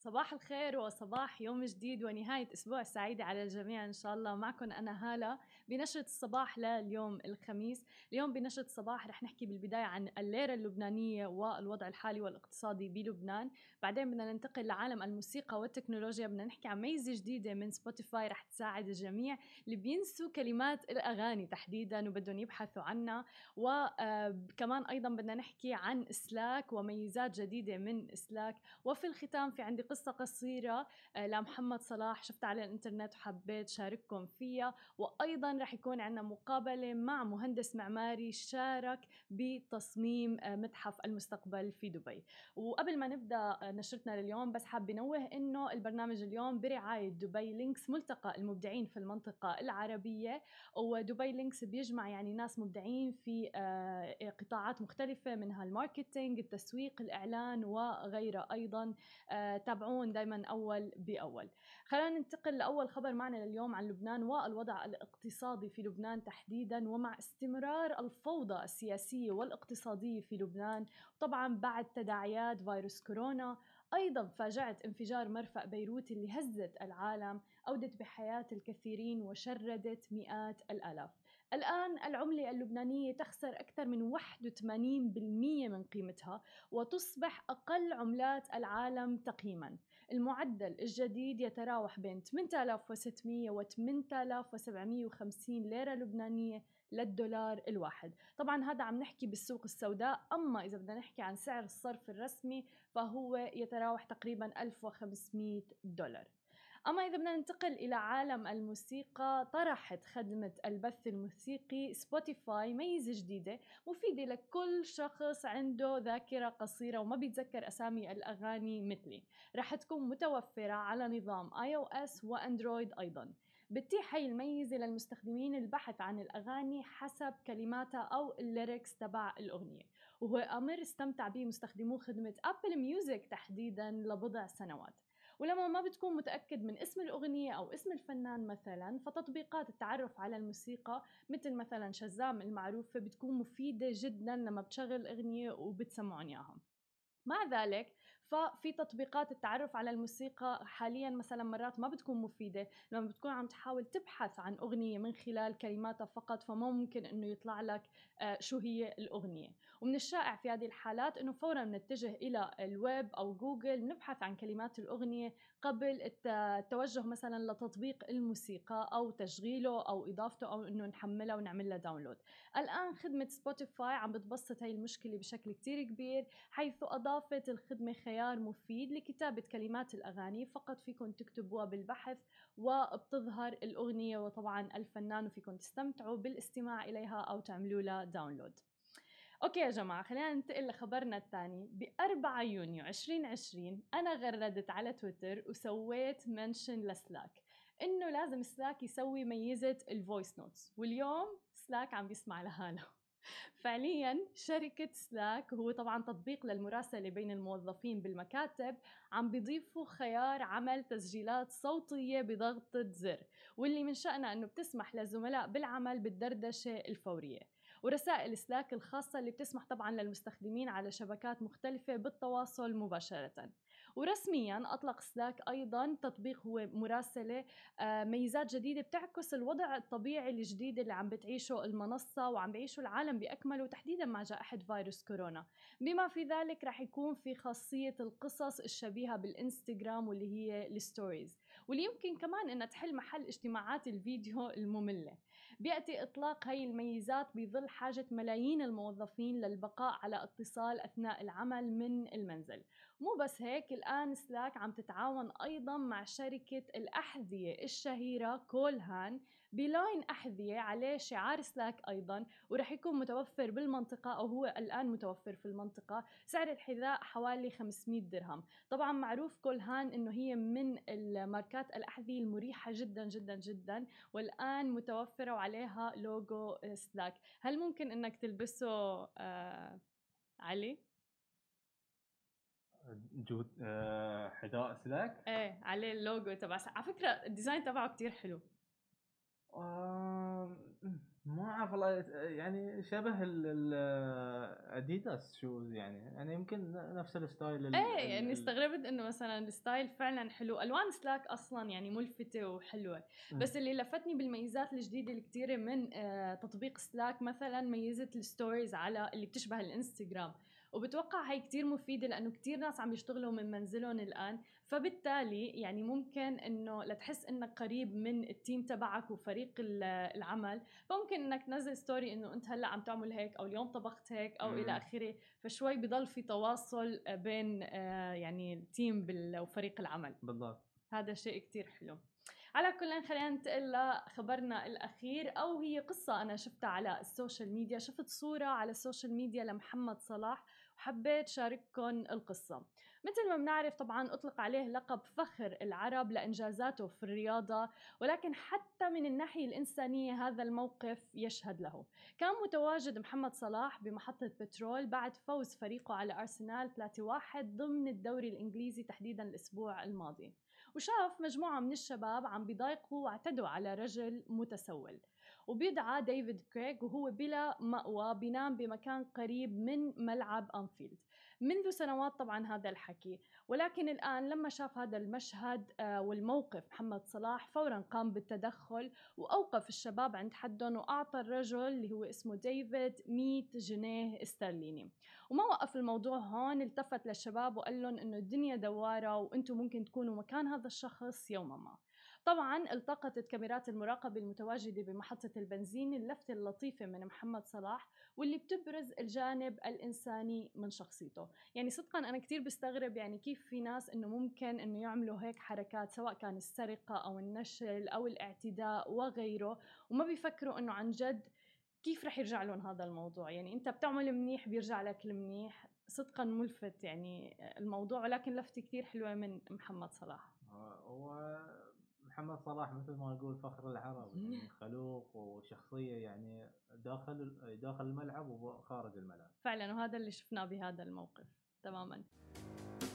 صباح الخير وصباح يوم جديد ونهاية أسبوع سعيدة على الجميع إن شاء الله. معكم أنا هالة بنشرة الصباح لليوم الخميس. اليوم بنشرة الصباح رح نحكي بالبداية عن الليرة اللبنانية والوضع الحالي والاقتصادي بلبنان. بعدين بدنا ننتقل لعالم الموسيقى والتكنولوجيا، بدنا نحكي عن ميزة جديدة من سبوتيفاي رح تساعد الجميع اللي بينسوا كلمات الأغاني تحديدا وبدهم يبحثوا عنها. وكمان أيضا بدنا نحكي عن سلاك وميزات جديدة من سلاك. وفي الختام في عندي قصة قصيرة لمحمد صلاح شفتها على الانترنت وحبيت شارككم فيها. وأيضا رح يكون عندنا مقابلة مع مهندس معماري شارك بتصميم متحف المستقبل في دبي. وقبل ما نبدأ نشرتنا لليوم بس حاب نوه إنه البرنامج اليوم برعاية دبي لينكس، ملتقى المبدعين في المنطقة العربية. ودبي لينكس بيجمع يعني ناس مبدعين في قطاعات مختلفة منها الماركتينج، التسويق، الإعلان وغيرها أيضا. تابعون دايما أول بأول. خلينا ننتقل لأول خبر معنا لليوم عن لبنان والوضع الاقتصادي في لبنان تحديدا، ومع استمرار الفوضى السياسية والاقتصادية في لبنان طبعا بعد تداعيات فيروس كورونا. أيضا فاجعة انفجار مرفأ بيروت اللي هزت العالم أودت بحياة الكثيرين وشردت مئات الآلاف. الآن العملة اللبنانية تخسر أكثر من 81% من قيمتها وتصبح أقل عملات العالم تقييماً. المعدل الجديد يتراوح بين 8600 و 8750 ليرة لبنانية للدولار الواحد. طبعا هذا عم نحكي بالسوق السوداء، أما إذا بدنا نحكي عن سعر الصرف الرسمي فهو يتراوح تقريباً 1500 دولار. أما إذا بدنا ننتقل إلى عالم الموسيقى، طرحت خدمة البث الموسيقي سبوتيفاي ميزة جديدة مفيدة لكل شخص عنده ذاكرة قصيرة وما بيتذكر أسامي الأغاني مثلي. رح تكون متوفرة على نظام iOS وأندرويد أيضاً. بتتيح هاي الميزة للمستخدمين البحث عن الأغاني حسب كلماتها أو الليركس تبع الأغنية، وهو أمر استمتع به مستخدمو خدمة أبل ميوزك تحديداً لبضع سنوات. ولما ما بتكون متأكد من اسم الأغنية أو اسم الفنان مثلا، فتطبيقات التعرف على الموسيقى مثل مثلا شازام المعروفة بتكون مفيدة جدا لما بتشغل أغنية وبتسمعون إياها. مع ذلك ففي تطبيقات التعرف على الموسيقى حاليا مثلا مرات ما بتكون مفيدة لما بتكون عم تحاول تبحث عن أغنية من خلال كلماتها فقط، فممكن أنه يطلع لك شو هي الأغنية. ومن الشائع في هذه الحالات أنه فورا نتجه إلى الويب أو جوجل نبحث عن كلمات الأغنية قبل التوجه مثلا لتطبيق الموسيقى أو تشغيله أو إضافته أو أنه نحملها ونعمل لها داونلود. الآن خدمة سبوتيفاي عم بتبسط هاي المشكلة بشكل كتير كبير، حيث أضافت الخدمة خيار مفيد لكتابة كلمات الأغاني، فقط فيكم تكتبوها بالبحث وبتظهر الأغنية وطبعا الفنان وفيكم تستمتعوا بالاستماع إليها أو تعملوا لها داونلود. اوكي يا جماعة، خلينا ننتقل لخبرنا الثاني. ب4 يونيو 2020 أنا غردت على تويتر وسويت منشن لسلاك إنه لازم سلاك يسوي ميزة الفويس نوتس، واليوم سلاك عم بيسمع لحاله. فعليا شركة سلاك هو طبعا تطبيق للمراسلة بين الموظفين بالمكاتب، عم بيضيفوا خيار عمل تسجيلات صوتية بضغطة زر، واللي من شأنها أنه بتسمح للزملاء بالعمل بالدردشة الفورية. ورسائل سلاك الخاصة اللي بتسمح طبعا للمستخدمين على شبكات مختلفة بالتواصل مباشرة. ورسميا أطلق سلاك أيضا تطبيق هو مراسلة ميزات جديدة بتعكس الوضع الطبيعي الجديد اللي عم بتعيشه المنصة وعم بيعيشه العالم بأكمله تحديدا مع جائحة فيروس كورونا. بما في ذلك رح يكون في خاصية القصص الشبيهة بالإنستغرام واللي هي الستوريز، واللي يمكن كمان إنها تحل محل اجتماعات الفيديو المملة. بيأتي إطلاق هاي الميزات بظل حاجة ملايين الموظفين للبقاء على اتصال أثناء العمل من المنزل. مو بس هيك، الآن سلاك عم تتعاون أيضا مع شركة الأحذية الشهيرة كولهان بلاين أحذية عليه شعار سلاك أيضا، ورح يكون متوفر بالمنطقة أو هو الآن متوفر في المنطقة. سعر الحذاء حوالي 500 درهم. طبعا معروف كولهان إنه هي من الماركات الأحذية المريحة جدا جدا جدا، والآن متوفرة وعليها لوجو سلاك. هل ممكن إنك تلبسه علي؟ جود حذاء سلاك؟ ايه عليه اللوجو تبع على فكرة الديزاين تبعه كتير حلو. ما اعرف والله، يعني شبه اديداس شوز، يعني يمكن نفس الستايل ايه يعني استغربت انه مثلا الستايل فعلا حلو، الوان سلاك اصلا يعني ملفتة وحلوة. بس اللي لفتني بالميزات الجديدة الكتيرة من تطبيق سلاك، مثلا ميزة الستوريز على اللي بتشبه الانستغرام، وبتوقع هاي كتير مفيدة لأنه كتير ناس عم يشتغلوا من منزلهم الآن، فبالتالي يعني ممكن إنه لتحس إنك قريب من التيم تبعك وفريق العمل، فممكن إنك تنزل ستوري إنه أنت هلأ عم تعمل هيك أو اليوم طبخت هيك أو إلى آخره، فشوي بضل في تواصل بين يعني التيم وفريق العمل. بالضبط. هذا شيء كتير حلو. على كل خلينا ننتقل لخبرنا الأخير، أو هي قصة أنا شفتها على السوشيال ميديا. شفت صورة على السوشيال ميديا لمحمد صلاح وحبيت شارككم القصة. مثل ما بنعرف طبعا أطلق عليه لقب فخر العرب لإنجازاته في الرياضة، ولكن حتى من الناحية الإنسانية هذا الموقف يشهد له. كان متواجد محمد صلاح بمحطة بترول بعد فوز فريقه على أرسنال 3-1 ضمن الدوري الإنجليزي تحديدا الأسبوع الماضي، وشاف مجموعة من الشباب عم بيضايقوا واعتدوا على رجل متسول وبيدعى ديفيد كريغ، وهو بلا مأوى بينام بمكان قريب من ملعب أنفيلد منذ سنوات طبعا هذا الحكي. ولكن الآن لما شاف هذا المشهد والموقف، محمد صلاح فورا قام بالتدخل وأوقف الشباب عند حدهم وأعطى الرجل اللي هو اسمه ديفيد 100 جنيه استرليني. وما وقف الموضوع هون، التفت للشباب وقال لهم انه الدنيا دوارة وانتم ممكن تكونوا مكان هذا الشخص يوما ما. طبعا التقطت كاميرات المراقبة المتواجدة بمحطة البنزين اللفتة اللطيفة من محمد صلاح واللي بتبرز الجانب الإنساني من شخصيته. يعني صدقا أنا كتير بستغرب يعني كيف في ناس إنه ممكن إنه يعملوا هيك حركات، سواء كان السرقة أو النشل أو الاعتداء وغيره، وما بيفكروا إنه عن جد كيف رح يرجع لهم هذا الموضوع. يعني انت بتعمل منيح بيرجع لك المنيح. صدقا ملفت يعني الموضوع، ولكن لفتة كتير حلوة من محمد صلاح. هو محمد صلاح مثل ما نقول فخر العرب، يعني خلوق وشخصية، يعني داخل الملعب وخارج الملعب. فعلا، وهذا اللي شفناه بهذا الموقف تماما.